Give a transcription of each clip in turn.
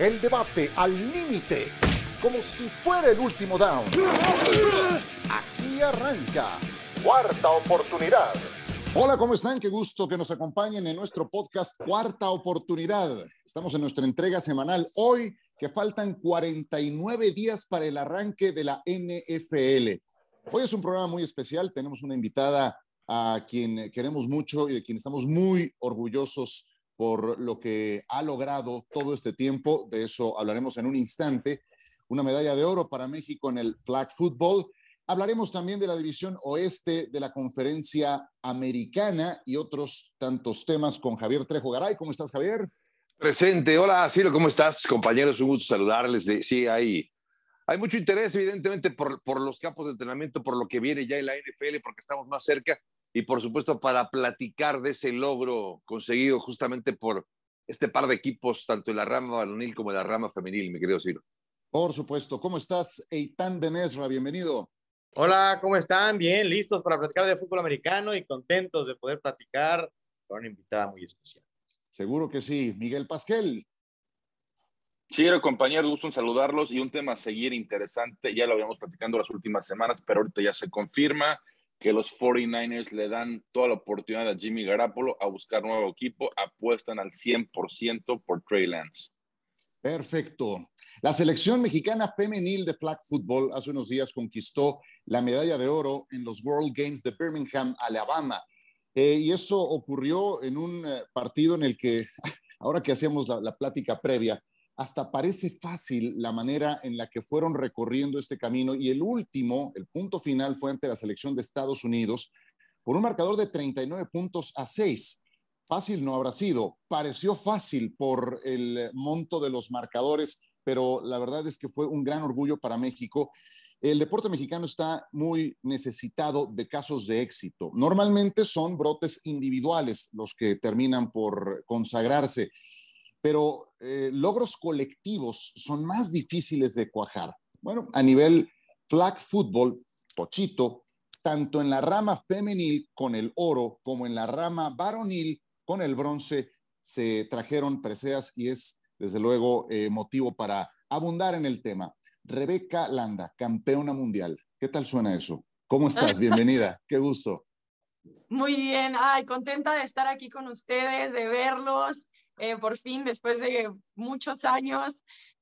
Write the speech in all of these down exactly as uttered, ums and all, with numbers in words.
El debate al límite, como si fuera el último down. Aquí arranca Cuarta Oportunidad. Hola, ¿cómo están? Qué gusto que nos acompañen en nuestro podcast Cuarta Oportunidad. Estamos en nuestra entrega semanal. Hoy, que faltan cuarenta y nueve días para el arranque de la N F L. Hoy es un programa muy especial. Tenemos una invitada a quien queremos mucho y de quien estamos muy orgullosos por lo que ha logrado todo este tiempo. De eso hablaremos en un instante. Una medalla de oro para México en el flag football. Hablaremos también de la división oeste de la conferencia americana y otros tantos temas con Javier Trejo Garay. ¿Cómo estás, Javier? Presente. Hola, Ciro, ¿cómo estás? Compañeros, un gusto saludarles. De, sí, hay, hay mucho interés, evidentemente, por, por los campos de entrenamiento, por lo que viene ya en la N F L, porque estamos más cerca y, por supuesto, para platicar de ese logro conseguido justamente por este par de equipos, tanto en la rama varonil como en la rama femenil, mi querido Ciro. Por supuesto. ¿Cómo estás, Eitan Benesra? Bienvenido. Hola, ¿cómo están? Bien, listos para platicar de fútbol americano y contentos de poder platicar con una invitada muy especial. Seguro que sí. Miguel Pasquel. Sí, compañeros, gusto en saludarlos y un tema a seguir interesante. Ya lo habíamos platicando las últimas semanas, pero ahorita ya se confirma que los cuarenta y nueve ers le dan toda la oportunidad a Jimmy Garoppolo a buscar nuevo equipo. Apuestan al cien por ciento por Trey Lance. Perfecto. La selección mexicana femenil de flag football hace unos días conquistó la medalla de oro en los World Games de Birmingham, Alabama. Eh, y eso ocurrió en un eh, partido en el que, ahora que hacíamos la, la plática previa, hasta parece fácil la manera en la que fueron recorriendo este camino. Y el último, el punto final, fue ante la selección de Estados Unidos por un marcador de treinta y nueve puntos a seis. Fácil no habrá sido, pareció fácil por el monto de los marcadores, pero la verdad es que fue un gran orgullo para México. El deporte mexicano está muy necesitado de casos de éxito. Normalmente son brotes individuales los que terminan por consagrarse, pero eh, logros colectivos son más difíciles de cuajar. Bueno, a nivel flag football, Tochito, tanto en la rama femenil con el oro como en la rama varonil con el bronce se trajeron preseas y es desde luego eh, motivo para abundar en el tema. Rebeca Landa, campeona mundial. ¿Qué tal suena eso? ¿Cómo estás? Bienvenida. Qué gusto. Muy bien. Ay, contenta de estar aquí con ustedes, de verlos. Eh, por fin, después de muchos años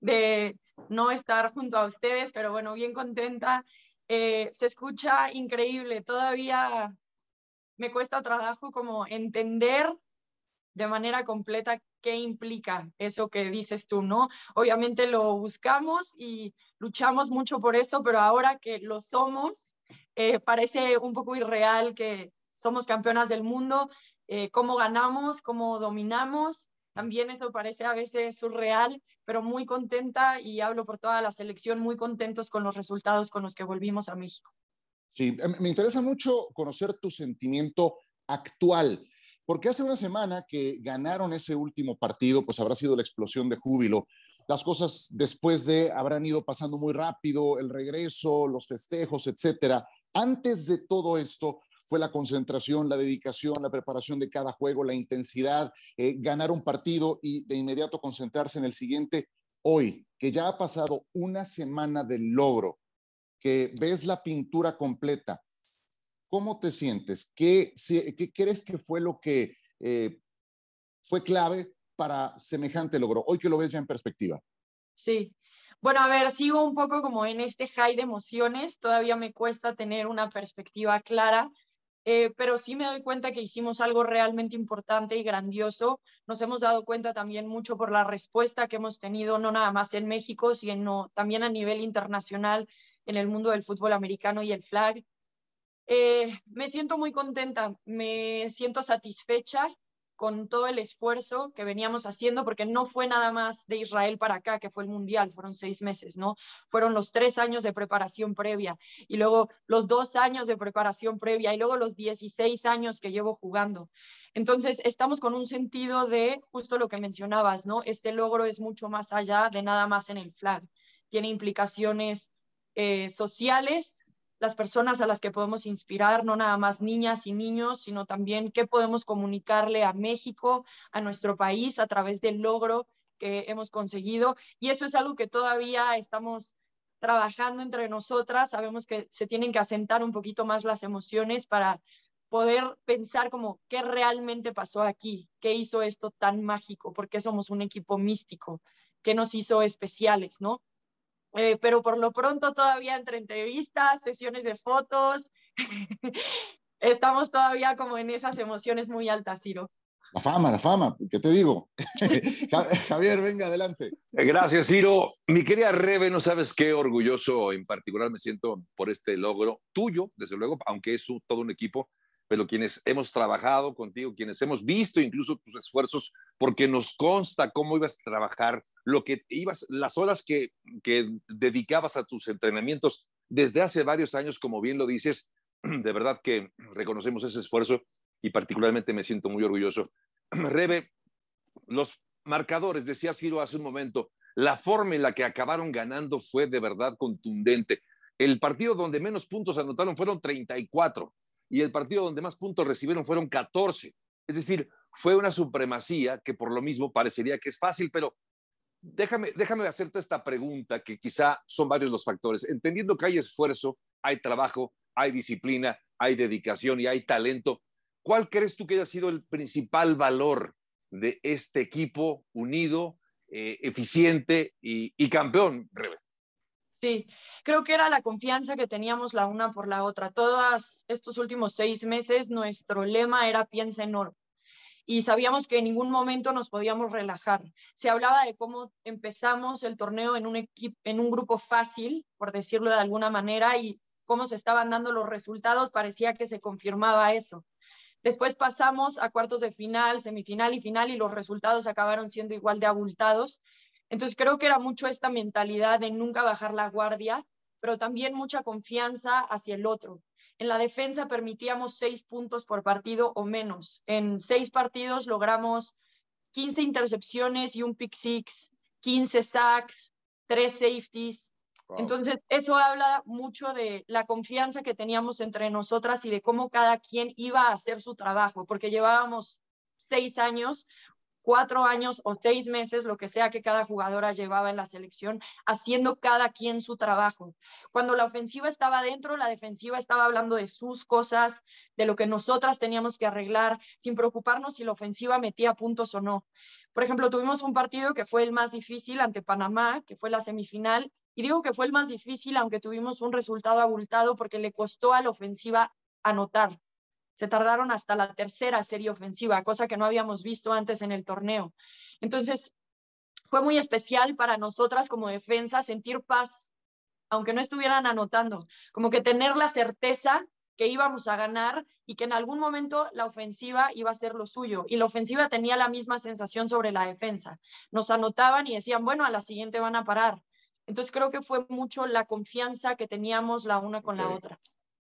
de no estar junto a ustedes, pero bueno, bien contenta. Eh, se escucha increíble. Todavía me cuesta trabajo como entender de manera completa qué implica eso que dices tú, ¿no? Obviamente lo buscamos y luchamos mucho por eso, pero ahora que lo somos, eh, parece un poco irreal que somos campeonas del mundo, eh, cómo ganamos, cómo dominamos, también eso parece a veces surreal, pero muy contenta y hablo por toda la selección, muy contentos con los resultados con los que volvimos a México. Sí, me interesa mucho conocer tu sentimiento actual. Porque hace una semana que ganaron ese último partido, pues habrá sido la explosión de júbilo. Las cosas después de habrán ido pasando muy rápido, el regreso, los festejos, etcétera. Antes de todo esto fue la concentración, la dedicación, la preparación de cada juego, la intensidad, eh, ganar un partido y de inmediato concentrarse en el siguiente. Hoy, que ya ha pasado una semana del logro, que ves la pintura completa, ¿cómo te sientes? ¿Qué, qué crees que fue lo que eh, fue clave para semejante logro? Hoy que lo ves ya en perspectiva. Sí. Bueno, a ver, sigo un poco como en este high de emociones. Todavía me cuesta tener una perspectiva clara, eh, pero sí me doy cuenta que hicimos algo realmente importante y grandioso. Nos hemos dado cuenta también mucho por la respuesta que hemos tenido, no nada más en México, sino también a nivel internacional en el mundo del fútbol americano y el flag. Eh, me siento muy contenta, me siento satisfecha con todo el esfuerzo que veníamos haciendo, porque no fue nada más de Israel para acá, que fue el Mundial, fueron seis meses, ¿no? Fueron los tres años de preparación previa, y luego los dos años de preparación previa, y luego los dieciséis años que llevo jugando. Entonces, estamos con un sentido de justo lo que mencionabas, ¿no? Este logro es mucho más allá de nada más en el flag. Tiene implicaciones eh, sociales, las personas a las que podemos inspirar, no nada más niñas y niños, sino también qué podemos comunicarle a México, a nuestro país, a través del logro que hemos conseguido, y eso es algo que todavía estamos trabajando entre nosotras. Sabemos que se tienen que asentar un poquito más las emociones para poder pensar como qué realmente pasó aquí, qué hizo esto tan mágico, por qué somos un equipo místico, qué nos hizo especiales, ¿no? Eh, pero por lo pronto todavía entre entrevistas, sesiones de fotos, estamos todavía como en esas emociones muy altas, Ciro. La fama, la fama, ¿qué te digo? Javier, venga, adelante. Gracias, Ciro. Mi querida Rebe, no sabes qué orgulloso en particular me siento por este logro tuyo, desde luego, aunque es un, todo un equipo, pero quienes hemos trabajado contigo, quienes hemos visto incluso tus esfuerzos, porque nos consta cómo ibas a trabajar, lo que ibas, las horas que, que dedicabas a tus entrenamientos desde hace varios años, como bien lo dices, de verdad que reconocemos ese esfuerzo y particularmente me siento muy orgulloso. Rebe, los marcadores, decía Ciro hace un momento, la forma en la que acabaron ganando fue de verdad contundente. El partido donde menos puntos anotaron fueron treinta y cuatro y el partido donde más puntos recibieron fueron catorce. Es decir, fue una supremacía que por lo mismo parecería que es fácil, pero déjame, déjame hacerte esta pregunta, que quizá son varios los factores. Entendiendo que hay esfuerzo, hay trabajo, hay disciplina, hay dedicación y hay talento, ¿cuál crees tú que haya sido el principal valor de este equipo unido, eh, eficiente y, y campeón, Rebe? Sí, creo que era la confianza que teníamos la una por la otra. Todos estos últimos seis meses, nuestro lema era piensa en oro. Y sabíamos que en ningún momento nos podíamos relajar. Se hablaba de cómo empezamos el torneo en un, equipo, en un grupo fácil, por decirlo de alguna manera, y cómo se estaban dando los resultados, parecía que se confirmaba eso. Después pasamos a cuartos de final, semifinal y final, y los resultados acabaron siendo igual de abultados. Entonces creo que era mucho esta mentalidad de nunca bajar la guardia, pero también mucha confianza hacia el otro. En la defensa permitíamos seis puntos por partido o menos. En seis partidos logramos quince intercepciones y un pick six, quince sacks, tres safeties. Wow. Entonces, eso habla mucho de la confianza que teníamos entre nosotras y de cómo cada quien iba a hacer su trabajo, porque llevábamos seis años, cuatro años o seis meses, lo que sea que cada jugadora llevaba en la selección, haciendo cada quien su trabajo. Cuando la ofensiva estaba dentro, la defensiva estaba hablando de sus cosas, de lo que nosotras teníamos que arreglar, sin preocuparnos si la ofensiva metía puntos o no. Por ejemplo, tuvimos un partido que fue el más difícil ante Panamá, que fue la semifinal, y digo que fue el más difícil, aunque tuvimos un resultado abultado, porque le costó a la ofensiva anotar. Se tardaron hasta la tercera serie ofensiva, cosa que no habíamos visto antes en el torneo. Entonces, fue muy especial para nosotras como defensa sentir paz, aunque no estuvieran anotando, como que tener la certeza que íbamos a ganar y que en algún momento la ofensiva iba a ser lo suyo. Y la ofensiva tenía la misma sensación sobre la defensa. Nos anotaban y decían, bueno, a la siguiente van a parar. Entonces, creo que fue mucho la confianza que teníamos la una con okay. la otra.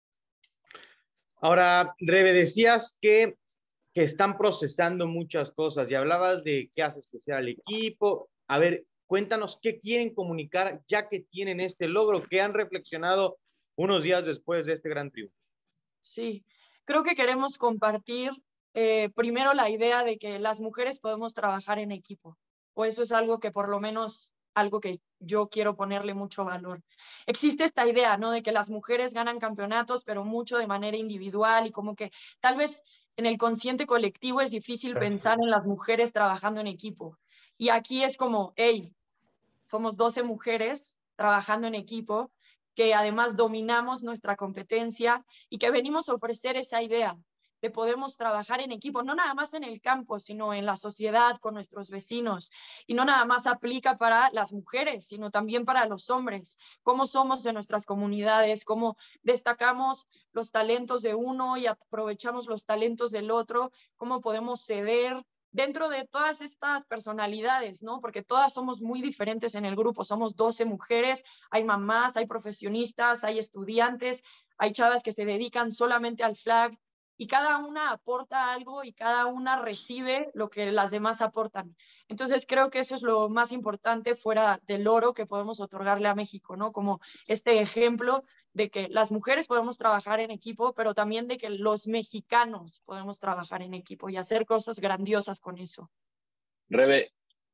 Ahora, Rebe, decías que, que están procesando muchas cosas y hablabas de qué hace especial al equipo. A ver, cuéntanos qué quieren comunicar ya que tienen este logro, qué han reflexionado unos días después de este gran triunfo. Sí, creo que queremos compartir eh, primero la idea de que las mujeres podemos trabajar en equipo, o eso es algo que por lo menos algo que yo quiero ponerle mucho valor. Existe esta idea, ¿no? De que las mujeres ganan campeonatos, pero mucho de manera individual y como que tal vez en el consciente colectivo es difícil pensar en las mujeres trabajando en equipo. Y aquí es como, hey, somos doce mujeres trabajando en equipo que además dominamos nuestra competencia y que venimos a ofrecer esa idea de podemos trabajar en equipo, no nada más en el campo, sino en la sociedad, con nuestros vecinos. Y no nada más aplica para las mujeres, sino también para los hombres. Cómo somos en nuestras comunidades, cómo destacamos los talentos de uno y aprovechamos los talentos del otro, cómo podemos ceder dentro de todas estas personalidades, ¿no? Porque todas somos muy diferentes en el grupo. Somos doce mujeres, hay mamás, hay profesionistas, hay estudiantes, hay chavas que se dedican solamente al flag, y cada una aporta algo y cada una recibe lo que las demás aportan. Entonces creo que eso es lo más importante fuera del oro que podemos otorgarle a México, ¿no? Como este ejemplo de que las mujeres podemos trabajar en equipo, pero también de que los mexicanos podemos trabajar en equipo y hacer cosas grandiosas con eso. Rebe,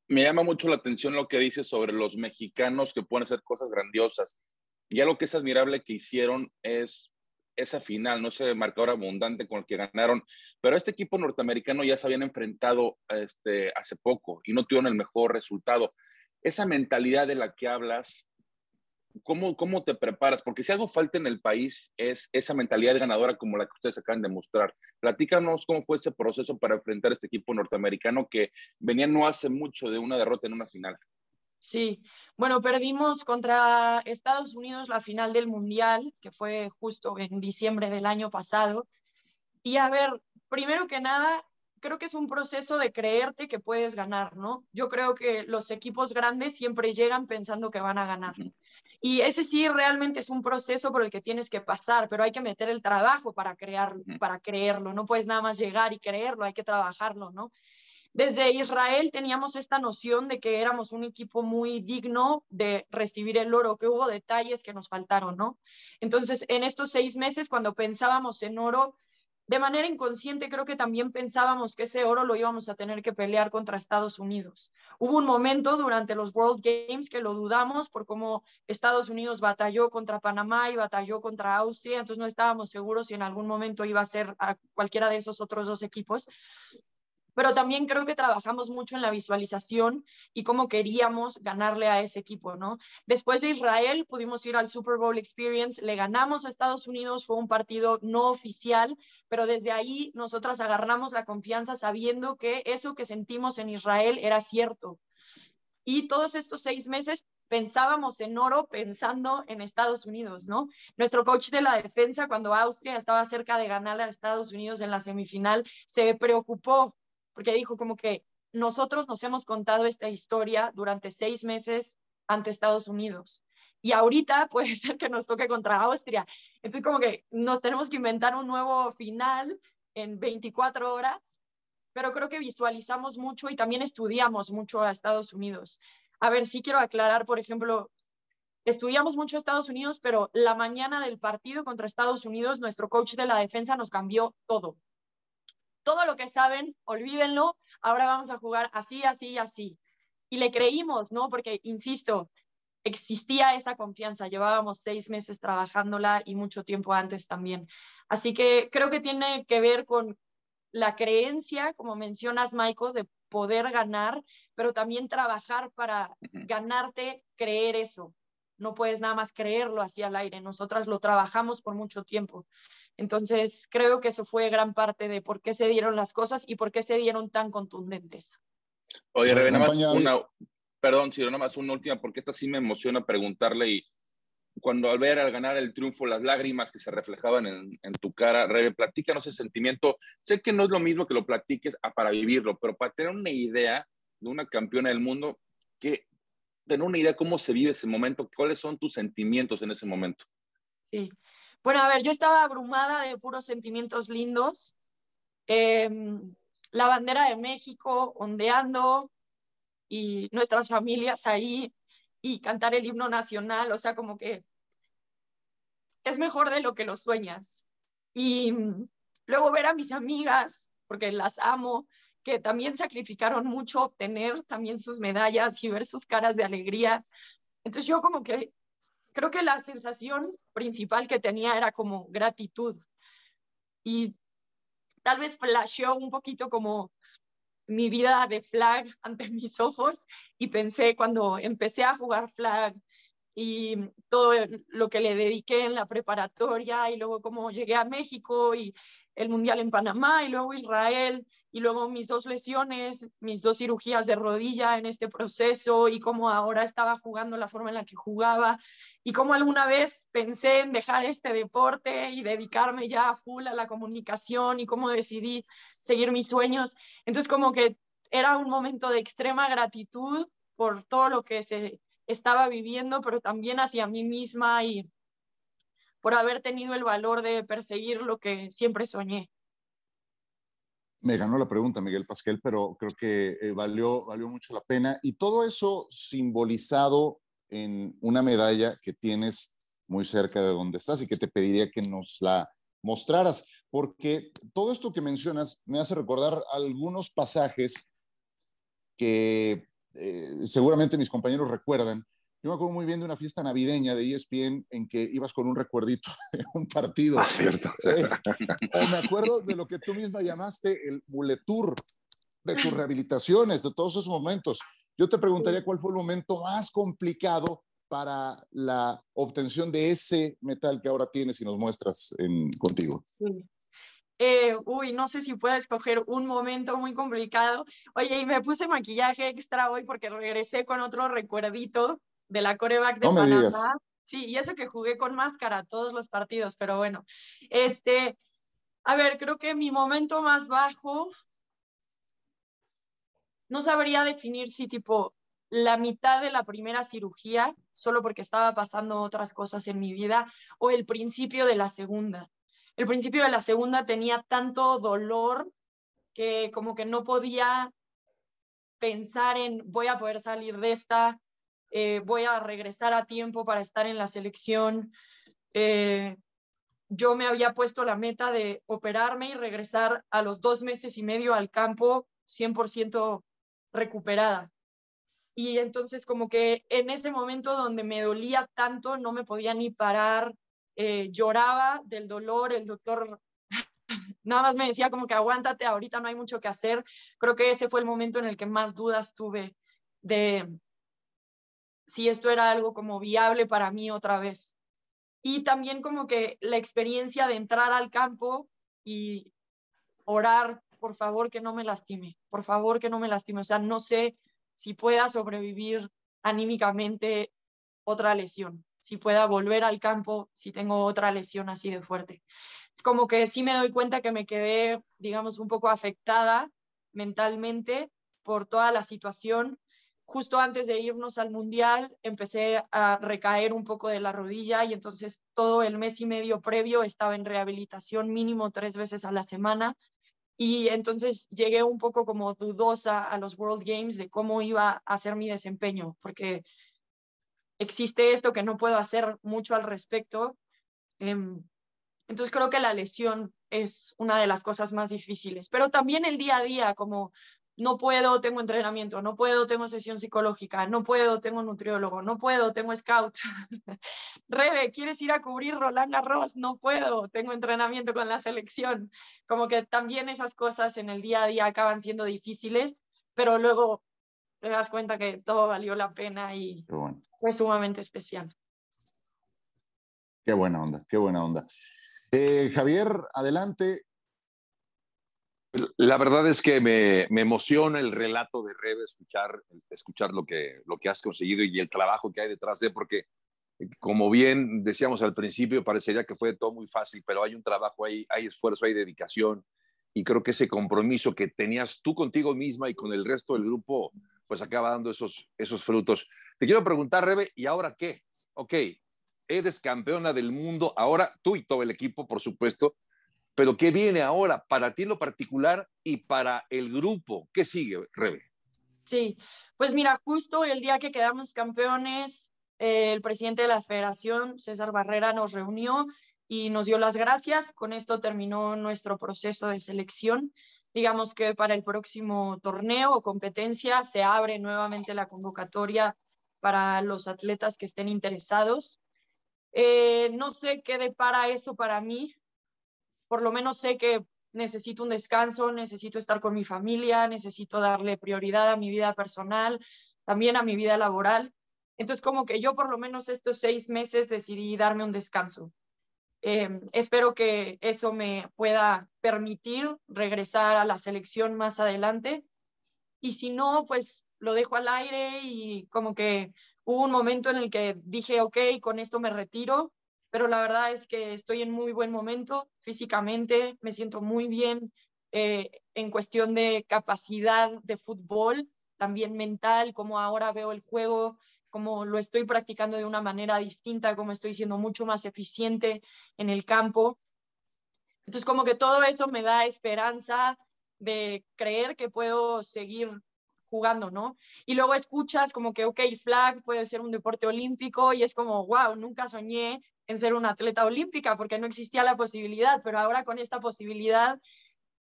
Me llama mucho la atención lo que dices sobre los mexicanos que pueden hacer cosas grandiosas. Y algo que es admirable que hicieron es esa final, no ese marcador abundante con el que ganaron, pero este equipo norteamericano ya se habían enfrentado este, hace poco y no tuvieron el mejor resultado. Esa mentalidad de la que hablas, ¿cómo, cómo te preparas? Porque si algo falta en el país es esa mentalidad ganadora como la que ustedes acaban de mostrar. Platícanos cómo fue ese proceso para enfrentar a este equipo norteamericano que venía no hace mucho de una derrota en una final. Sí, bueno, perdimos contra Estados Unidos la final del Mundial, que fue justo en diciembre del año pasado. Y a ver, primero que nada, creo que es un proceso de creerte que puedes ganar, ¿no? Yo creo que los equipos grandes siempre llegan pensando que van a ganar. Uh-huh. Y ese sí realmente es un proceso por el que tienes que pasar, pero hay que meter el trabajo para, crear, Uh-huh. para creerlo. No puedes nada más llegar y creerlo, hay que trabajarlo, ¿no? Desde Israel teníamos esta noción de que éramos un equipo muy digno de recibir el oro, que hubo detalles que nos faltaron, ¿no? Entonces, en estos seis meses, cuando pensábamos en oro, de manera inconsciente creo que también pensábamos que ese oro lo íbamos a tener que pelear contra Estados Unidos. Hubo un momento durante los World Games que lo dudamos por cómo Estados Unidos batalló contra Panamá y batalló contra Austria, entonces no estábamos seguros si en algún momento iba a ser a cualquiera de esos otros dos equipos. Pero también creo que trabajamos mucho en la visualización y cómo queríamos ganarle a ese equipo, ¿no? Después de Israel pudimos ir al Super Bowl Experience, le ganamos a Estados Unidos, fue un partido no oficial, pero desde ahí nosotras agarramos la confianza sabiendo que eso que sentimos en Israel era cierto. Y todos estos seis meses pensábamos en oro pensando en Estados Unidos, ¿no? Nuestro coach de la defensa, cuando Austria estaba cerca de ganar a Estados Unidos en la semifinal, se preocupó porque dijo como que nosotros nos hemos contado esta historia durante seis meses ante Estados Unidos y ahorita puede ser que nos toque contra Austria. Entonces como que nos tenemos que inventar un nuevo final en veinticuatro horas, pero creo que visualizamos mucho y también estudiamos mucho a Estados Unidos. A ver, sí quiero aclarar, por ejemplo, estudiamos mucho a Estados Unidos, pero la mañana del partido contra Estados Unidos, nuestro coach de la defensa nos cambió todo. Todo lo que saben, olvídenlo, ahora vamos a jugar así, así, así. Y le creímos, ¿no? Porque, insisto, existía esa confianza, llevábamos seis meses trabajándola y mucho tiempo antes también. Así que creo que tiene que ver con la creencia, como mencionas, Michael, de poder ganar, pero también trabajar para ganarte, creer eso. No puedes nada más creerlo así al aire. Nosotras lo trabajamos por mucho tiempo. Entonces, creo que eso fue gran parte de por qué se dieron las cosas y por qué se dieron tan contundentes. Oye, Rebe, nada más una, perdón, Ciro, nada más una última, porque esta sí me emociona preguntarle y cuando al ver, al ganar el triunfo, las lágrimas que se reflejaban en, en tu cara, Rebe, platícanos ese sentimiento. Sé que no es lo mismo que lo platiques a, para vivirlo, pero para tener una idea de una campeona del mundo, que tener una idea cómo se vive ese momento, cuáles son tus sentimientos en ese momento. Sí. Bueno, a ver, yo estaba abrumada de puros sentimientos lindos. Eh, la bandera de México ondeando y nuestras familias ahí y cantar el himno nacional, o sea, como que es mejor de lo que lo sueñas. Y luego ver a mis amigas, porque las amo, que también sacrificaron mucho obtener también sus medallas y ver sus caras de alegría. Entonces yo como que creo que la sensación principal que tenía era como gratitud. Y tal vez flasheó un poquito como mi vida de flag ante mis ojos y pensé cuando empecé a jugar flag y todo lo que le dediqué en la preparatoria y luego cómo llegué a México y el Mundial en Panamá y luego Israel y luego mis dos lesiones, mis dos cirugías de rodilla en este proceso y cómo ahora estaba jugando la forma en la que jugaba y cómo alguna vez pensé en dejar este deporte y dedicarme ya a full a la comunicación y cómo decidí seguir mis sueños. Entonces como que era un momento de extrema gratitud por todo lo que se estaba viviendo, pero también hacia mí misma y por haber tenido el valor de perseguir lo que siempre soñé. Me ganó la pregunta, Miguel Pasquel, pero creo que eh, valió, valió mucho la pena. Y todo eso simbolizado en una medalla que tienes muy cerca de donde estás y que te pediría que nos la mostraras, porque todo esto que mencionas me hace recordar algunos pasajes que eh, seguramente mis compañeros recuerdan, yo me acuerdo muy bien de una fiesta navideña de E S P N en que ibas con un recuerdito de un partido. Ah, cierto. Eh, o me acuerdo de lo que tú misma llamaste el Buletour, de tus rehabilitaciones, de todos esos momentos. Yo te preguntaría cuál fue el momento más complicado para la obtención de ese metal que ahora tienes y nos muestras en, contigo. Sí. Eh, uy, no sé si puedo escoger un momento muy complicado. Oye, y me puse maquillaje extra hoy porque regresé con otro recuerdito de la coreback de No me Panamá. digas. Sí, y eso que jugué con máscara todos los partidos, pero bueno. Este, a ver, creo que mi momento más bajo, no sabría definir si tipo la mitad de la primera cirugía, solo porque estaba pasando otras cosas en mi vida, o el principio de la segunda. El principio de la segunda tenía tanto dolor que como que no podía pensar en voy a poder salir de esta, eh, voy a regresar a tiempo para estar en la selección. Eh, yo me había puesto la meta de operarme y regresar a los dos meses y medio al campo cien por ciento recuperada. Y entonces como que en ese momento donde me dolía tanto, no me podía ni parar, eh, lloraba del dolor, el doctor nada más me decía como que aguántate, ahorita no hay mucho que hacer. Creo que ese fue el momento en el que más dudas tuve de si esto era algo como viable para mí otra vez. Y también como que la experiencia de entrar al campo y orar, por favor que no me lastime, por favor que no me lastime. O sea, no sé si pueda sobrevivir anímicamente otra lesión, si pueda volver al campo si tengo otra lesión así de fuerte. Como que sí me doy cuenta que me quedé, digamos, un poco afectada mentalmente por toda la situación. Justo antes de irnos al Mundial, empecé a recaer un poco de la rodilla y entonces todo el mes y medio previo estaba en rehabilitación mínimo tres veces a la semana. Y entonces llegué un poco como dudosa a los World Games de cómo iba a ser mi desempeño, porque existe esto que no puedo hacer mucho al respecto. Entonces creo que la lesión es una de las cosas más difíciles, pero también el día a día, como no puedo, tengo entrenamiento, no puedo, tengo sesión psicológica, no puedo, tengo nutriólogo, no puedo, tengo scout. Rebe, ¿quieres ir a cubrir Roland Garros? No puedo, tengo entrenamiento con la selección. Como que también esas cosas en el día a día acaban siendo difíciles, pero luego te das cuenta que todo valió la pena y Qué bueno. fue sumamente especial. Qué buena onda, qué buena onda. Eh, Javier, adelante. La verdad es que me, me emociona el relato de Rebe, escuchar, escuchar lo, que, lo que has conseguido y el trabajo que hay detrás de, porque como bien decíamos al principio, parecería que fue todo muy fácil, pero hay un trabajo, hay, hay esfuerzo, hay dedicación, y creo que ese compromiso que tenías tú contigo misma y con el resto del grupo, pues acaba dando esos, esos frutos. Te quiero preguntar, Rebe, ¿y ahora qué? Ok, eres campeona del mundo, ahora tú y todo el equipo, por supuesto, pero ¿qué viene ahora para ti en lo particular y para el grupo? ¿Qué sigue, Rebe? Sí, pues mira, justo el día que quedamos campeones, eh, el presidente de la federación, César Barrera, nos reunió y nos dio las gracias. Con esto terminó nuestro proceso de selección. Digamos que para el próximo torneo o competencia se abre nuevamente la convocatoria para los atletas que estén interesados. Eh, no sé qué depara eso para mí. Por lo menos sé que necesito un descanso, necesito estar con mi familia, necesito darle prioridad a mi vida personal, también a mi vida laboral. Entonces, como que yo por lo menos estos seis meses decidí darme un descanso. Eh, espero que eso me pueda permitir regresar a la selección más adelante. Y si no, pues lo dejo al aire y como que hubo un momento en el que dije, ok, con esto me retiro, pero la verdad es que estoy en muy buen momento físicamente, me siento muy bien eh, en cuestión de capacidad de fútbol, también mental, como ahora veo el juego, como lo estoy practicando de una manera distinta, como estoy siendo mucho más eficiente en el campo. Entonces, como que todo eso me da esperanza de creer que puedo seguir jugando, ¿no? Y luego escuchas como que, ok, flag puede ser un deporte olímpico y es como, wow, nunca soñé en ser una atleta olímpica porque no existía la posibilidad, pero ahora con esta posibilidad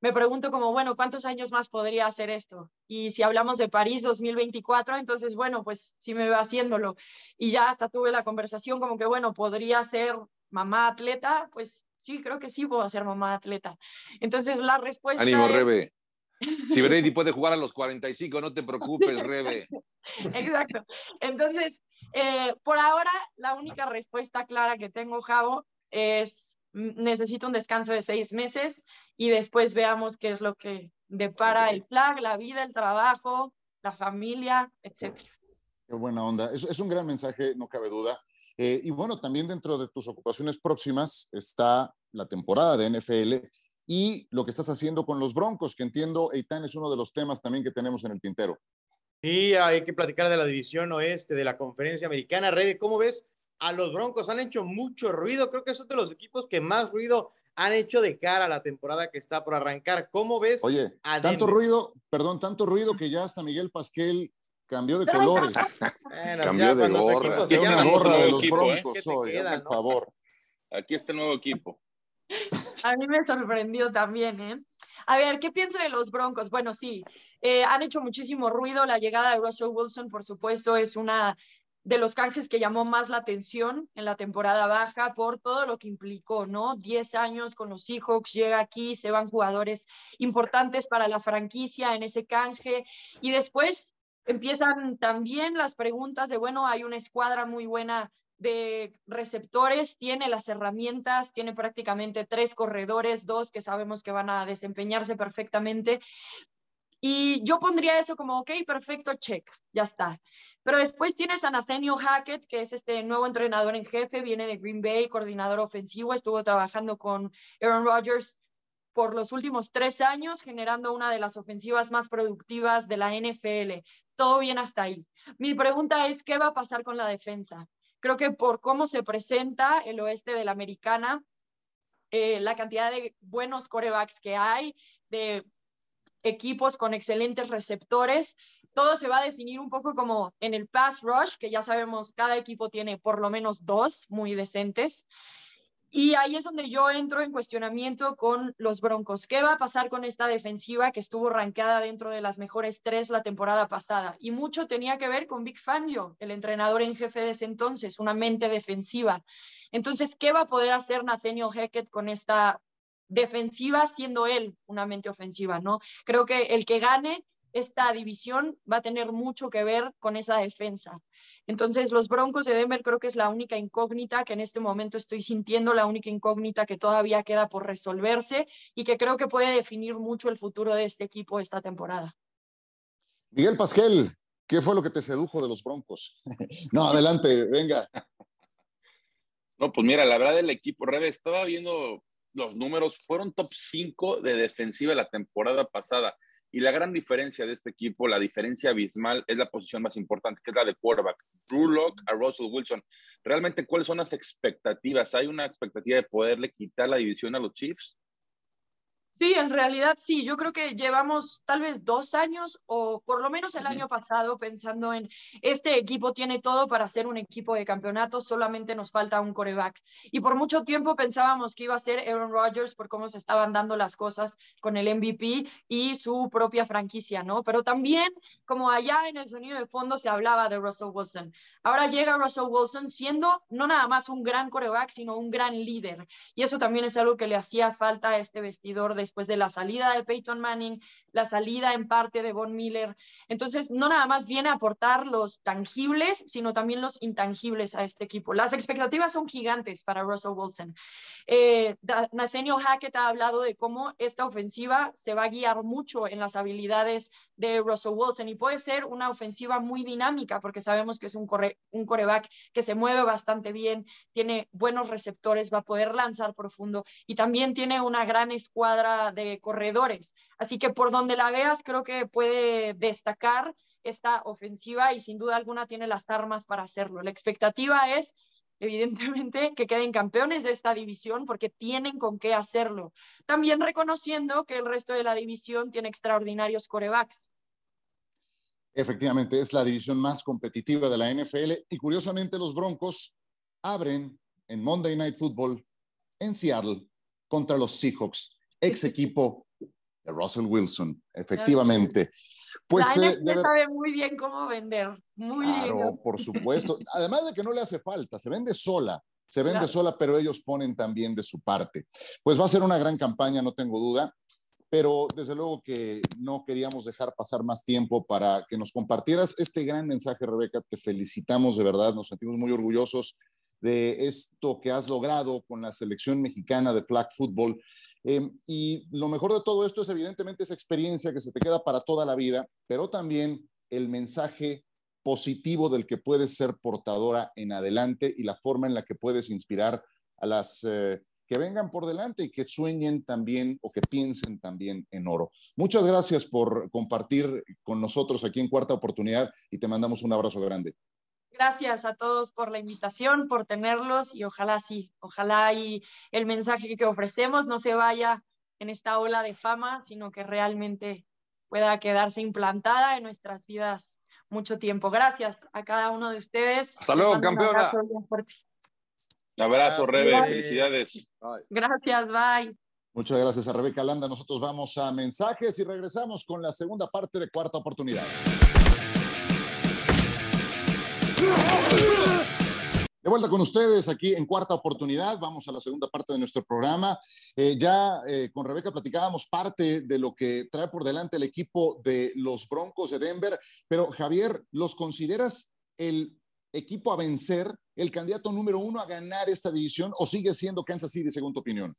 me pregunto como, bueno, ¿cuántos años más podría hacer esto? Y si hablamos de París dos mil veinticuatro, entonces, bueno, pues sí me veo haciéndolo. Y ya hasta tuve la conversación como que, bueno, podría ser mamá atleta, pues sí, creo que sí puedo ser mamá atleta. Entonces la Ánimo, respuesta es... Rebe. Si Brady puede jugar a los cuarenta y cinco, no te preocupes, Rebe. Exacto. Entonces, eh, por ahora, la única respuesta clara que tengo, Javo, es necesito un descanso de seis meses y después veamos qué es lo que depara Okay. el flag, la vida, el trabajo, la familia, etcétera. Qué buena onda. Es, es un gran mensaje, no cabe duda. Eh, y bueno, también dentro de tus ocupaciones próximas está la temporada de N F L y lo que estás haciendo con los Broncos, que entiendo, Eitan, es uno de los temas también que tenemos en el tintero. Sí, hay que platicar de la división oeste, de la conferencia americana. Rebe, ¿cómo ves a los Broncos? Han hecho mucho ruido, creo que son de los equipos que más ruido han hecho de cara a la temporada que está por arrancar. ¿Cómo ves Oye, a tanto Denver? ruido, perdón, tanto ruido que ya hasta Miguel Pasquel cambió de colores. Bueno, Cambió ya de cuando tu gorra. equipo Tiene se una llama Tenemos un gorra Miguel, de nuevo los equipo, ¿eh? Broncos ¿qué te hoy, hazme queda, el no? favor. Aquí está el nuevo equipo. A mí me sorprendió también, ¿eh? A ver, ¿qué pienso de los Broncos? Bueno, sí, eh, han hecho muchísimo ruido. La llegada de Russell Wilson, por supuesto, es una de los canjes que llamó más la atención en la temporada baja por todo lo que implicó, ¿no? Diez años con los Seahawks, llega aquí, se van jugadores importantes para la franquicia en ese canje y después empiezan también las preguntas de, bueno, hay una escuadra muy buena de receptores, tiene las herramientas, tiene prácticamente tres corredores, dos que sabemos que van a desempeñarse perfectamente. Y yo pondría eso como, ok, perfecto, check, ya está. Pero después tienes a Nathaniel Hackett, que es este nuevo entrenador en jefe, viene de Green Bay, coordinador ofensivo, estuvo trabajando con Aaron Rodgers por los últimos tres años, generando una de las ofensivas más productivas de la N F L. Todo bien hasta ahí. Mi pregunta es, ¿qué va a pasar con la defensa? Creo que por cómo se presenta el oeste de la americana, eh, la cantidad de buenos quarterbacks que hay, de equipos con excelentes receptores, todo se va a definir un poco como en el pass rush, que ya sabemos cada equipo tiene por lo menos dos muy decentes. Y ahí es donde yo entro en cuestionamiento con los Broncos. ¿Qué va a pasar con esta defensiva que estuvo rankeada dentro de las mejores tres la temporada pasada? Y mucho tenía que ver con Vic Fangio, el entrenador en jefe de ese entonces, una mente defensiva. Entonces, ¿qué va a poder hacer Nathaniel Hackett con esta defensiva siendo él una mente ofensiva, ¿no? Creo que el que gane esta división va a tener mucho que ver con esa defensa. Entonces, los Broncos de Denver creo que es la única incógnita que en este momento estoy sintiendo, la única incógnita que todavía queda por resolverse y que creo que puede definir mucho el futuro de este equipo esta temporada. Miguel Pasquel, ¿qué fue lo que te sedujo de los Broncos? No, adelante, venga. No, pues mira, la verdad el equipo, Rebe, estaba viendo los números, fueron top cinco de defensiva la temporada pasada. Y la gran diferencia de este equipo, la diferencia abismal, es la posición más importante, que es la de quarterback. Drew Lock a Russell Wilson. Realmente, ¿cuáles son las expectativas? ¿Hay una expectativa de poderle quitar la división a los Chiefs? Sí, en realidad sí, yo creo que llevamos tal vez dos años o por lo menos el Uh-huh. año pasado pensando en este equipo tiene todo para ser un equipo de campeonato, solamente nos falta un quarterback. Y por mucho tiempo pensábamos que iba a ser Aaron Rodgers por cómo se estaban dando las cosas con el M V P y su propia franquicia, ¿no? Pero también, como allá en el sonido de fondo se hablaba de Russell Wilson. Ahora llega Russell Wilson siendo no nada más un gran quarterback, sino un gran líder. Y eso también es algo que le hacía falta a este vestidor de después de la salida de Peyton Manning, la salida en parte de Von Miller. Entonces, no nada más viene a aportar los tangibles, sino también los intangibles a este equipo. Las expectativas son gigantes para Russell Wilson. Eh, Nathaniel Hackett ha hablado de cómo esta ofensiva se va a guiar mucho en las habilidades de Russell Wilson y puede ser una ofensiva muy dinámica porque sabemos que es un, corre, un quarterback que se mueve bastante bien, tiene buenos receptores, va a poder lanzar profundo y también tiene una gran escuadra de corredores. Así que por donde la veas, creo que puede destacar esta ofensiva y sin duda alguna tiene las armas para hacerlo. La expectativa es, evidentemente, que queden campeones de esta división porque tienen con qué hacerlo. También reconociendo que el resto de la división tiene extraordinarios quarterbacks. Efectivamente, es la división más competitiva de la N F L y curiosamente los Broncos abren en Monday Night Football en Seattle contra los Seahawks, ex equipo de Russell Wilson, efectivamente. Pues, la eh, N F L sabe muy bien cómo vender, muy claro, bien. por supuesto. Además de que no le hace falta, se vende sola, se vende Claro. sola, pero ellos ponen también de su parte. Pues va a ser una gran campaña, no tengo duda, pero desde luego que no queríamos dejar pasar más tiempo para que nos compartieras este gran mensaje, Rebeca. Te felicitamos de verdad, nos sentimos muy orgullosos de esto que has logrado con la selección mexicana de flag football. Eh, y lo mejor de todo esto es evidentemente esa experiencia que se te queda para toda la vida, pero también el mensaje positivo del que puedes ser portadora en adelante y la forma en la que puedes inspirar a las eh, que vengan por delante y que sueñen también o que piensen también en oro. Muchas gracias por compartir con nosotros aquí en Cuarta Oportunidad y te mandamos un abrazo grande. Gracias a todos por la invitación, por tenerlos y ojalá sí, ojalá y el mensaje que ofrecemos no se vaya en esta ola de fama, sino que realmente pueda quedarse implantada en nuestras vidas mucho tiempo. Gracias a cada uno de ustedes. Hasta Les luego, mando un campeona. abrazo bien fuerte. Un abrazo, Rebe, Gracias. felicidades. Gracias, bye. Muchas gracias a Rebeca Landa. Nosotros vamos a mensajes y regresamos con la segunda parte de Cuarta Oportunidad. De vuelta con ustedes aquí en Cuarta Oportunidad. Vamos a la segunda parte de nuestro programa. Eh, ya eh, con Rebeca platicábamos parte de lo que trae por delante el equipo de los Broncos de Denver. Pero, Javier, ¿los consideras el equipo a vencer, el candidato número uno a ganar esta división, o sigue siendo Kansas City, según tu opinión?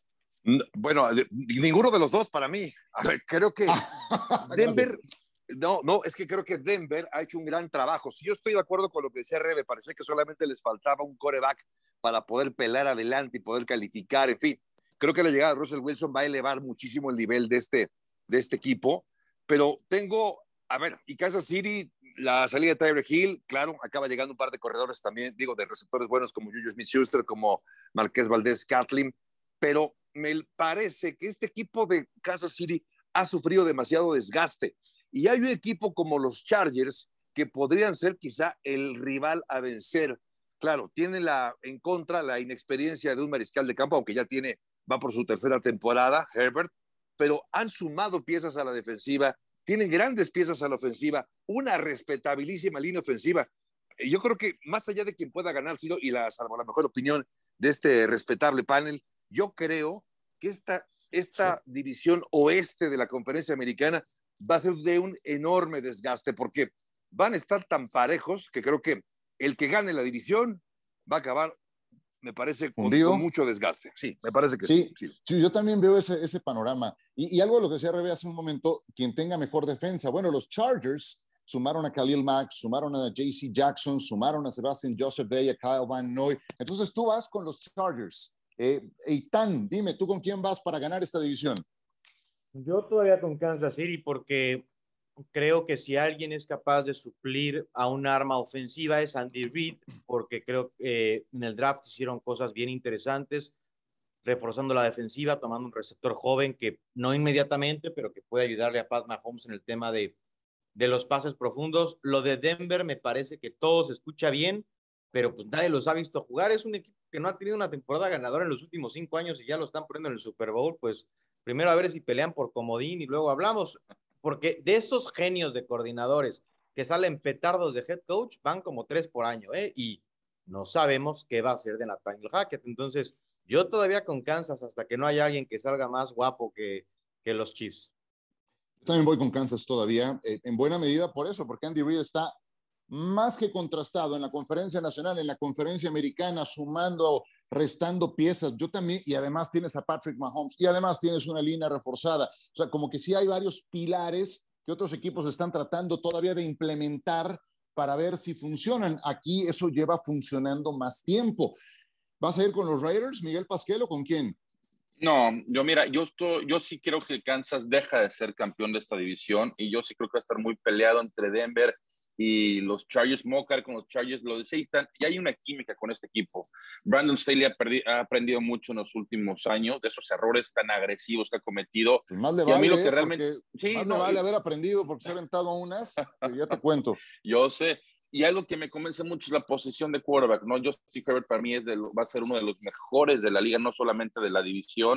Bueno, de, ninguno de los dos para mí. A ver, creo que Denver... No, no, es que creo que Denver ha hecho un gran trabajo. Si yo estoy de acuerdo con lo que decía Rebe, parecía que solamente les faltaba un quarterback para poder pelar adelante y poder calificar, en fin. Creo que la llegada de Russell Wilson va a elevar muchísimo el nivel de este, de este equipo, pero tengo, a ver, y Kansas City, la salida de Tyreek Hill, claro, acaba llegando un par de corredores también, digo, de receptores buenos como Juju Smith-Schuster, como Marqués Valdez-Scantling, pero me parece que este equipo de Kansas City ha sufrido demasiado desgaste. Y hay un equipo como los Chargers que podrían ser quizá el rival a vencer. Claro, tiene la, en contra la inexperiencia de un mariscal de campo, aunque ya tiene, va por su tercera temporada, Herbert, pero han sumado piezas a la defensiva, tienen grandes piezas a la ofensiva, una respetabilísima línea ofensiva. Yo creo que más allá de quien pueda ganar, y la, salvo la mejor opinión de este respetable panel, yo creo que esta, esta sí. división oeste de la conferencia americana va a ser de un enorme desgaste porque van a estar tan parejos que creo que el que gane la división va a acabar, me parece, con, con mucho desgaste. Sí, me parece que sí. Sí, sí. Yo también veo ese, ese panorama. Y, y algo de lo que decía Rebe hace un momento, quien tenga mejor defensa. Bueno, los Chargers sumaron a Khalil Mack, sumaron a J C Jackson, sumaron a Sebastian Joseph Day, a Kyle Van Noy. Entonces tú vas con los Chargers. Eh, Eitan, dime, ¿tú con quién vas para ganar esta división? Yo todavía con Kansas City porque creo que si alguien es capaz de suplir a un arma ofensiva es Andy Reid, porque creo que eh, en el draft hicieron cosas bien interesantes, reforzando la defensiva, tomando un receptor joven que no inmediatamente, pero que puede ayudarle a Pat Mahomes en el tema de, de los pases profundos. Lo de Denver me parece que todo se escucha bien, pero pues nadie los ha visto jugar. Es un equipo que no ha tenido una temporada ganadora en los últimos cinco años y ya lo están poniendo en el Super Bowl, pues primero a ver si pelean por comodín y luego hablamos, porque de esos genios de coordinadores que salen petardos de head coach, van como tres por año, ¿eh? Y no sabemos qué va a hacer de Nathaniel Hackett. Entonces, yo todavía con Kansas hasta que no haya alguien que salga más guapo que, que los Chiefs. Yo también voy con Kansas todavía, eh, en buena medida por eso, porque Andy Reid está más que contrastado en la conferencia nacional, en la conferencia americana, sumando, restando piezas. Yo también, y además tienes a Patrick Mahomes, y además tienes una línea reforzada. O sea, como que sí hay varios pilares que otros equipos están tratando todavía de implementar para ver si funcionan. Aquí eso lleva funcionando más tiempo. ¿Vas a ir con los Raiders, Miguel Pasquel, o con quién? No, yo mira, yo, estoy, yo sí creo que Kansas deja de ser campeón de esta división y yo sí creo que va a estar muy peleado entre Denver y los Chargers. Mocar con los Chargers lo deseitan y hay una química con este equipo. Brandon Staley ha, perdi, ha aprendido mucho en los últimos años de esos errores tan agresivos que ha cometido. Pues más le y vale, a mí lo que realmente sí, más no, le vale y... haber aprendido porque se ha aventado unas, que ya te cuento. Yo sé. Y algo que me convence mucho es la posición de quarterback, ¿no? Justin Herbert para mí es de, va a ser uno de los mejores de la liga, no solamente de la división.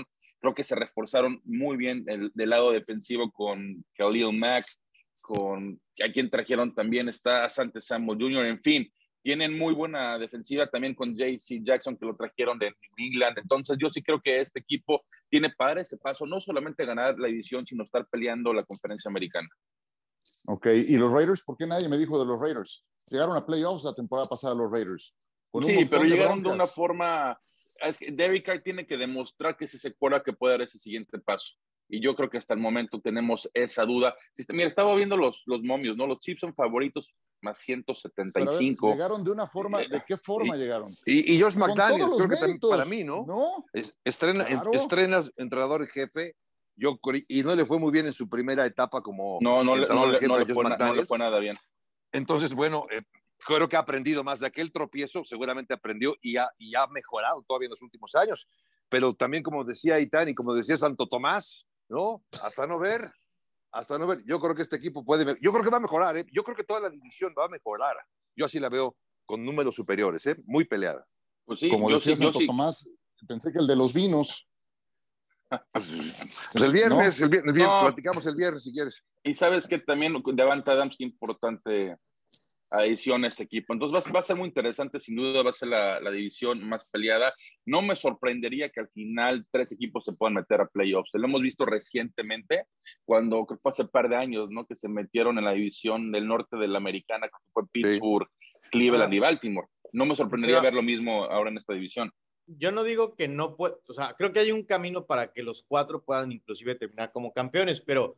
Creo que se reforzaron muy bien el, del lado defensivo con Khalil Mack, con a quien trajeron también está Asante Samuel junior En fin, tienen muy buena defensiva también con J C Jackson, que lo trajeron de New England. Entonces yo sí creo que este equipo tiene para ese paso, no solamente ganar la división, sino estar peleando la conferencia americana. Ok, ¿y los Raiders? ¿Por qué nadie me dijo de los Raiders? Llegaron a playoffs la temporada pasada los Raiders. Con sí, pero de llegaron broncas. de una forma... Es que Derek Carr tiene que demostrar que se se acuerda que puede dar ese siguiente paso. Y yo creo que hasta el momento tenemos esa duda. Mira, estaba viendo los, los momios, ¿no? Los Chiefs son favoritos más ciento setenta y cinco. Pero ver, llegaron de una forma, ¿de qué forma y, llegaron? Y, y Josh McDaniels, creo que méritos, para mí, ¿no? ¿no? Estrena, claro. Estrenas entrenador en jefe, yo, y no le fue muy bien en su primera etapa como no, no, entrenador no, en jefe no, a le Josh fue, McDaniels. No le fue nada bien. Entonces, bueno, eh, creo que ha aprendido más de aquel tropiezo, seguramente aprendió y ha, y ha mejorado todavía en los últimos años. Pero también, como decía Itán y como decía Santo Tomás, ¿no? Hasta no ver, hasta no ver. Yo creo que este equipo puede, yo creo que va a mejorar, ¿eh? Yo creo que toda la división va a mejorar. Yo así la veo con números superiores, ¿eh? Muy peleada. Pues sí, como decía sí, Santo sí. Tomás, pensé que el de los vinos. Pues, pues el viernes, ¿no? el viernes, el viernes no. Platicamos el viernes si quieres. Y sabes que también Davante Adams, qué importante adición a este equipo. Entonces va, va a ser muy interesante, sin duda va a ser la, la división más peleada. No me sorprendería que al final tres equipos se puedan meter a playoffs. Lo hemos visto recientemente, cuando creo que fue hace un par de años, ¿no? Que se metieron en la división del norte de la americana, que fue Pittsburgh, sí. Cleveland ah. y Baltimore. No me sorprendería Pero, ver lo mismo ahora en esta división. Yo no digo que no pueda, o sea, creo que hay un camino para que los cuatro puedan inclusive terminar como campeones, pero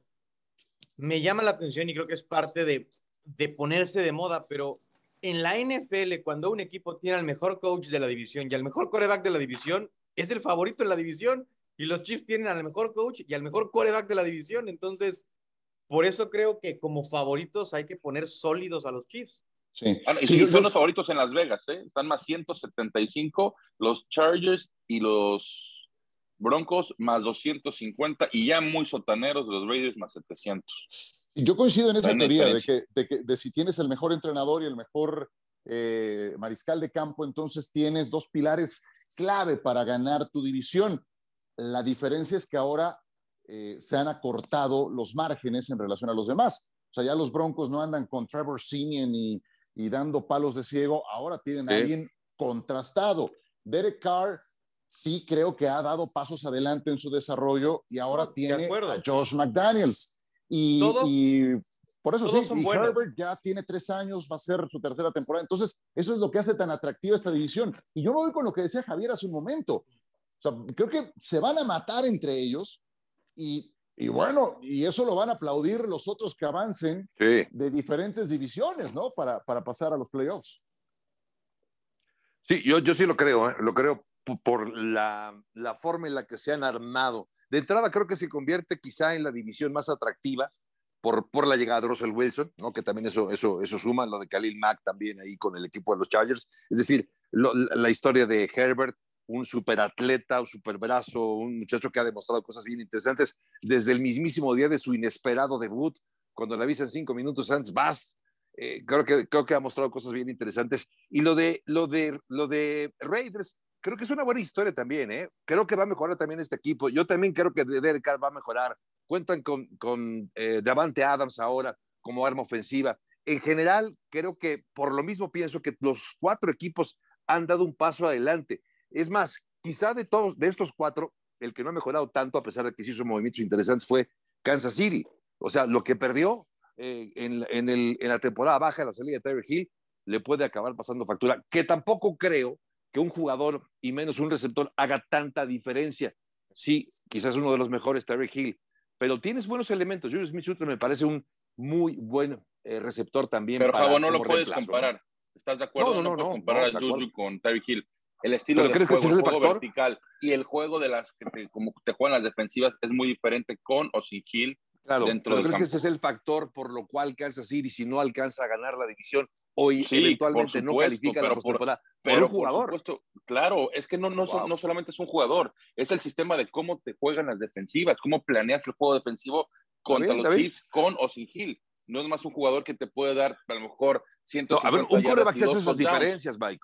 me llama la atención y creo que es parte de de ponerse de moda, pero en la N F L, cuando un equipo tiene al mejor coach de la división y al mejor quarterback de la división, es el favorito en la división, y los Chiefs tienen al mejor coach y al mejor quarterback de la división. Entonces, por eso creo que como favoritos hay que poner sólidos a los Chiefs. Sí, ah, y, sí, y son los favoritos en Las Vegas, ¿eh? Están más ciento setenta y cinco, los Chargers y los Broncos más doscientos cincuenta, y ya muy sotaneros los Raiders más setecientos. Yo coincido en esa Hay teoría de que, de que de si tienes el mejor entrenador y el mejor eh, mariscal de campo, entonces tienes dos pilares clave para ganar tu división. La diferencia es que ahora eh, se han acortado los márgenes en relación a los demás. O sea, ya los Broncos no andan con Trevor Siemian y, y dando palos de ciego. Ahora tienen a ¿Eh? alguien contrastado. Derek Carr sí creo que ha dado pasos adelante en su desarrollo y ahora no, tiene a Josh McDaniels. Y, y por eso sí, y buenos. Herbert ya tiene tres años, va a ser su tercera temporada. Entonces, eso es lo que hace tan atractiva esta división. Y yo me voy con lo que decía Javier hace un momento. O sea, creo que se van a matar entre ellos y, y bueno, y eso lo van a aplaudir los otros que avancen sí. de diferentes divisiones, ¿no? Para, para pasar a los playoffs. Sí, yo, yo sí lo creo, ¿eh? Lo creo por la, la forma en la que se han armado. De entrada creo que se convierte quizá en la división más atractiva por, por la llegada de Russell Wilson, ¿no? Que también eso, eso, eso suma, lo de Khalil Mack también ahí con el equipo de los Chargers. Es decir, lo, la historia de Herbert, un superatleta, un superbrazo, un muchacho que ha demostrado cosas bien interesantes desde el mismísimo día de su inesperado debut, cuando le avisan cinco minutos antes, vas. Eh, creo, que, creo que ha mostrado cosas bien interesantes. Y lo de, lo de, lo de Raiders, creo que es una buena historia también, ¿eh? Creo que va a mejorar también este equipo. Yo también creo que Derek Carr va a mejorar. Cuentan con, con eh, Davante Adams ahora como arma ofensiva. En general, creo que por lo mismo pienso que los cuatro equipos han dado un paso adelante. Es más, quizá de todos, de estos cuatro, el que no ha mejorado tanto, a pesar de que sí hizo movimientos interesantes, fue Kansas City. O sea, lo que perdió eh, en, en, el, en la temporada baja, la salida de Tyreek Hill, le puede acabar pasando factura. Que tampoco creo que un jugador y menos un receptor haga tanta diferencia. Sí, quizás uno de los mejores, Tyreek Hill, pero tienes buenos elementos. Julius Smith-Schuster me parece un muy buen eh, receptor también. Pero Javo, no lo puedes comparar. ¿No? ¿Estás de acuerdo? No, no, no, no puedes comparar no, a Juju con Tyreek Hill. El estilo de juego, el juego factor? vertical y el juego de las que te, como te juegan las defensivas es muy diferente con o sin Hill. Claro, dentro pero del ¿crees campo? que ese es el factor por lo cual Kansas City, si no alcanza a ganar la división o sí, eventualmente supuesto, no califica pero la postemporada? Por, pero un jugador. Por supuesto, claro, es que no, no, wow. no solamente es un jugador, es el sistema de cómo te juegan las defensivas, cómo planeas el juego defensivo contra bien, los Chiefs, con o sin Hill. No es más un jugador que te puede dar a lo mejor ciento cincuenta no, a ver, un quarterback hace esas diferencias, Maico.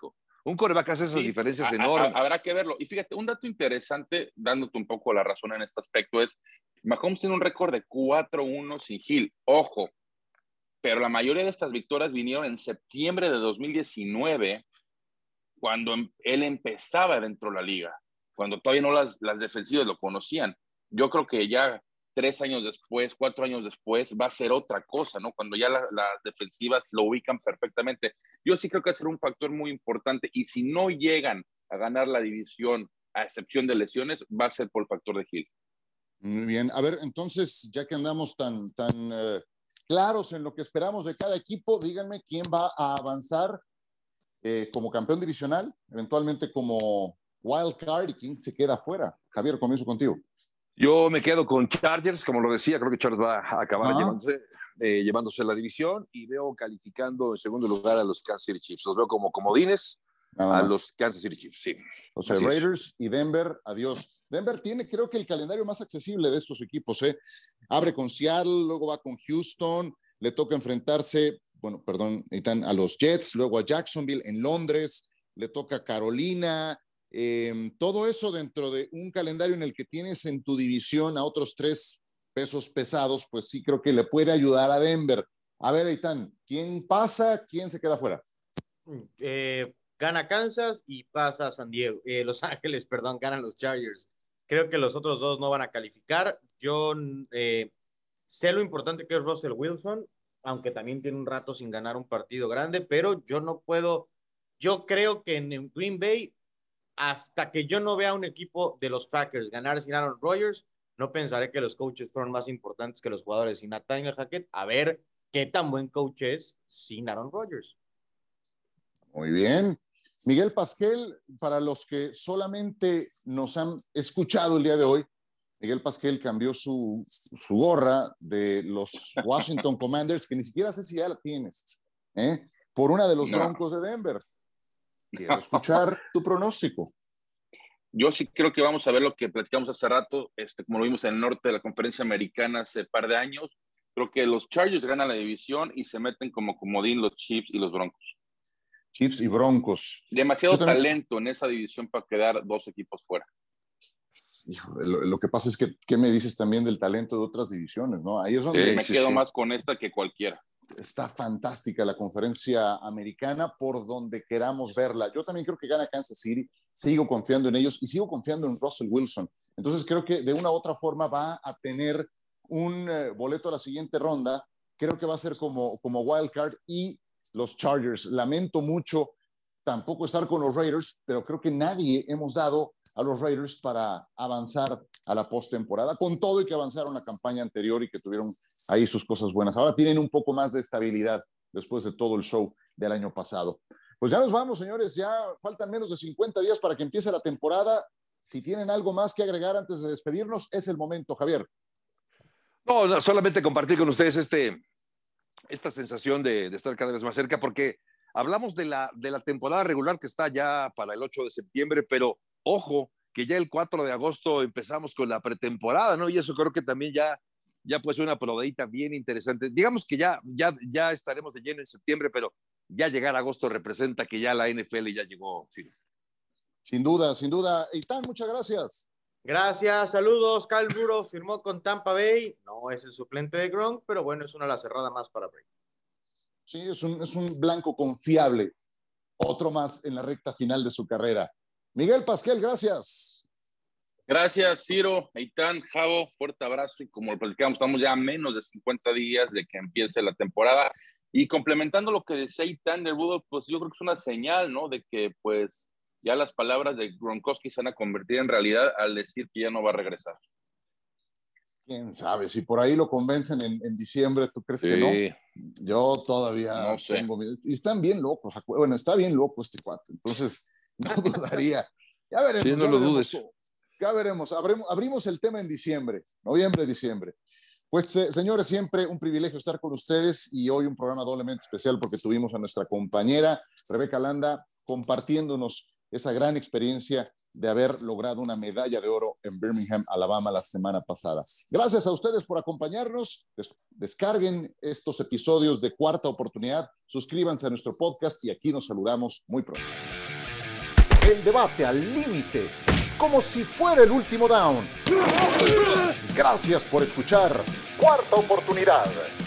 Un quarterback hace esas Sí, diferencias a, enormes. A, habrá que verlo. Y fíjate, un dato interesante, dándote un poco la razón en este aspecto, es Mahomes tiene un récord de cuatro uno sin Hill. Ojo, pero la mayoría de estas victorias vinieron en septiembre de dos mil diecinueve, cuando él empezaba dentro de la liga, cuando todavía no las, las defensivas lo conocían. Yo creo que ya tres años después, cuatro años después, va a ser otra cosa, ¿no? Cuando ya la, las defensivas lo ubican perfectamente. Yo sí creo que va a ser un factor muy importante, y si no llegan a ganar la división, a excepción de lesiones, va a ser por el factor de Hill. Muy bien. A ver, entonces, ya que andamos tan, tan uh, claros en lo que esperamos de cada equipo, díganme quién va a avanzar eh, como campeón divisional, eventualmente como wild card, y quién se queda afuera. Javier, comienzo contigo. Yo me quedo con Chargers, como lo decía, creo que Chargers va a acabar ah. llevándose, eh, llevándose la división, y veo calificando en segundo lugar a los Kansas City Chiefs. Los veo como comodines Nada a más. Los Kansas City Chiefs, sí. O sea, Así Raiders es. Y Denver, adiós. Denver tiene, creo que, el calendario más accesible de estos equipos, ¿eh? Abre con Seattle, luego va con Houston, le toca enfrentarse, bueno, perdón, a los Jets, luego a Jacksonville en Londres, le toca Carolina. Eh, todo eso dentro de un calendario en el que tienes en tu división a otros tres pesos pesados, pues sí creo que le puede ayudar a Denver. A ver, Eitan, ¿quién pasa? ¿Quién se queda fuera? Eh, gana Kansas y pasa San Diego. Eh, Los Ángeles, perdón, ganan los Chargers. Creo que los otros dos no van a calificar. Yo eh, sé lo importante que es Russell Wilson, aunque también tiene un rato sin ganar un partido grande, pero yo no puedo, yo creo que en Green Bay, hasta que yo no vea un equipo de los Packers ganar sin Aaron Rodgers, no pensaré que los coaches fueron más importantes que los jugadores. Y Nathaniel Hackett, a ver qué tan buen coach es sin Aaron Rodgers. Muy bien. Miguel Pasquel, para los que solamente nos han escuchado el día de hoy, Miguel Pasquel cambió su, su gorra de los Washington Commanders, que ni siquiera sé si ya la tienes, ¿eh? por una de los no. Broncos de Denver. Quiero escuchar tu pronóstico. Yo sí creo que vamos a ver lo que platicamos hace rato, este, como lo vimos en el norte de la conferencia americana hace un par de años. Creo que los Chargers ganan la división y se meten como comodín los Chiefs y los Broncos. Chiefs y Broncos. Demasiado talento en esa división para quedar dos equipos fuera. Hijo, lo, lo que pasa es que, ¿qué me dices también del talento de otras divisiones, no? Ahí es donde sí, me sí, quedo sí. más con esta que cualquiera. Está fantástica la conferencia americana por donde queramos verla. Yo también creo que gana Kansas City, sigo confiando en ellos y sigo confiando en Russell Wilson. Entonces creo que de una u otra forma va a tener un eh, boleto a la siguiente ronda. Creo que va a ser como, como wild card. Y los Chargers, lamento mucho tampoco estar con los Raiders, pero creo que nadie hemos dado a los Raiders para avanzar a la postemporada, con todo y que avanzaron la campaña anterior y que tuvieron ahí sus cosas buenas. Ahora tienen un poco más de estabilidad después de todo el show del año pasado. Pues ya nos vamos, señores, ya faltan menos de cincuenta días para que empiece la temporada. Si tienen algo más que agregar antes de despedirnos, es el momento, Javier. No, no solamente compartir con ustedes este, esta sensación de, de estar cada vez más cerca, porque hablamos de la, de la temporada regular que está ya para el ocho de septiembre, pero ojo, que ya el cuatro de agosto empezamos con la pretemporada, ¿no? Y eso creo que también ya, ya puede ser una probadita bien interesante. Digamos que ya, ya, ya estaremos de lleno en septiembre, pero ya llegar a agosto representa que ya la N F L ya llegó. Sí. Sin duda, sin duda. Eitan, muchas gracias. Gracias, saludos. Kyle Burrow firmó con Tampa Bay. No es el suplente de Gronk, pero bueno, es una ala cerrada más para Brady. Sí, es un, es un blanco confiable. Otro más en la recta final de su carrera. Miguel Pasquel, gracias. Gracias, Ciro, Eitan, Javo, fuerte abrazo. Y como lo platicamos, estamos ya a menos de cincuenta días de que empiece la temporada. Y complementando lo que decía Eitan del Rudolph, pues yo creo que es una señal, ¿no? De que pues ya las palabras de Gronkowski se van a convertir en realidad al decir que ya no va a regresar. Quién sabe, si por ahí lo convencen en, en diciembre, ¿tú crees sí. que no? Yo todavía no sé. tengo... Y están bien locos, bueno, está bien loco este cuate, entonces no dudaría. Ya veremos. Sí, no ya lo veremos, dudes. Ya veremos, abrimos, abrimos el tema en diciembre, noviembre, diciembre. Pues, eh, señores, siempre un privilegio estar con ustedes y hoy un programa doblemente especial porque tuvimos a nuestra compañera Rebeca Landa compartiéndonos esa gran experiencia de haber logrado una medalla de oro en Birmingham, Alabama, la semana pasada. Gracias a ustedes por acompañarnos. Des- descarguen estos episodios de Cuarta Oportunidad, suscríbanse a nuestro podcast y aquí nos saludamos muy pronto. El debate al límite, como si fuera el último down. Gracias por escuchar Cuarta Oportunidad.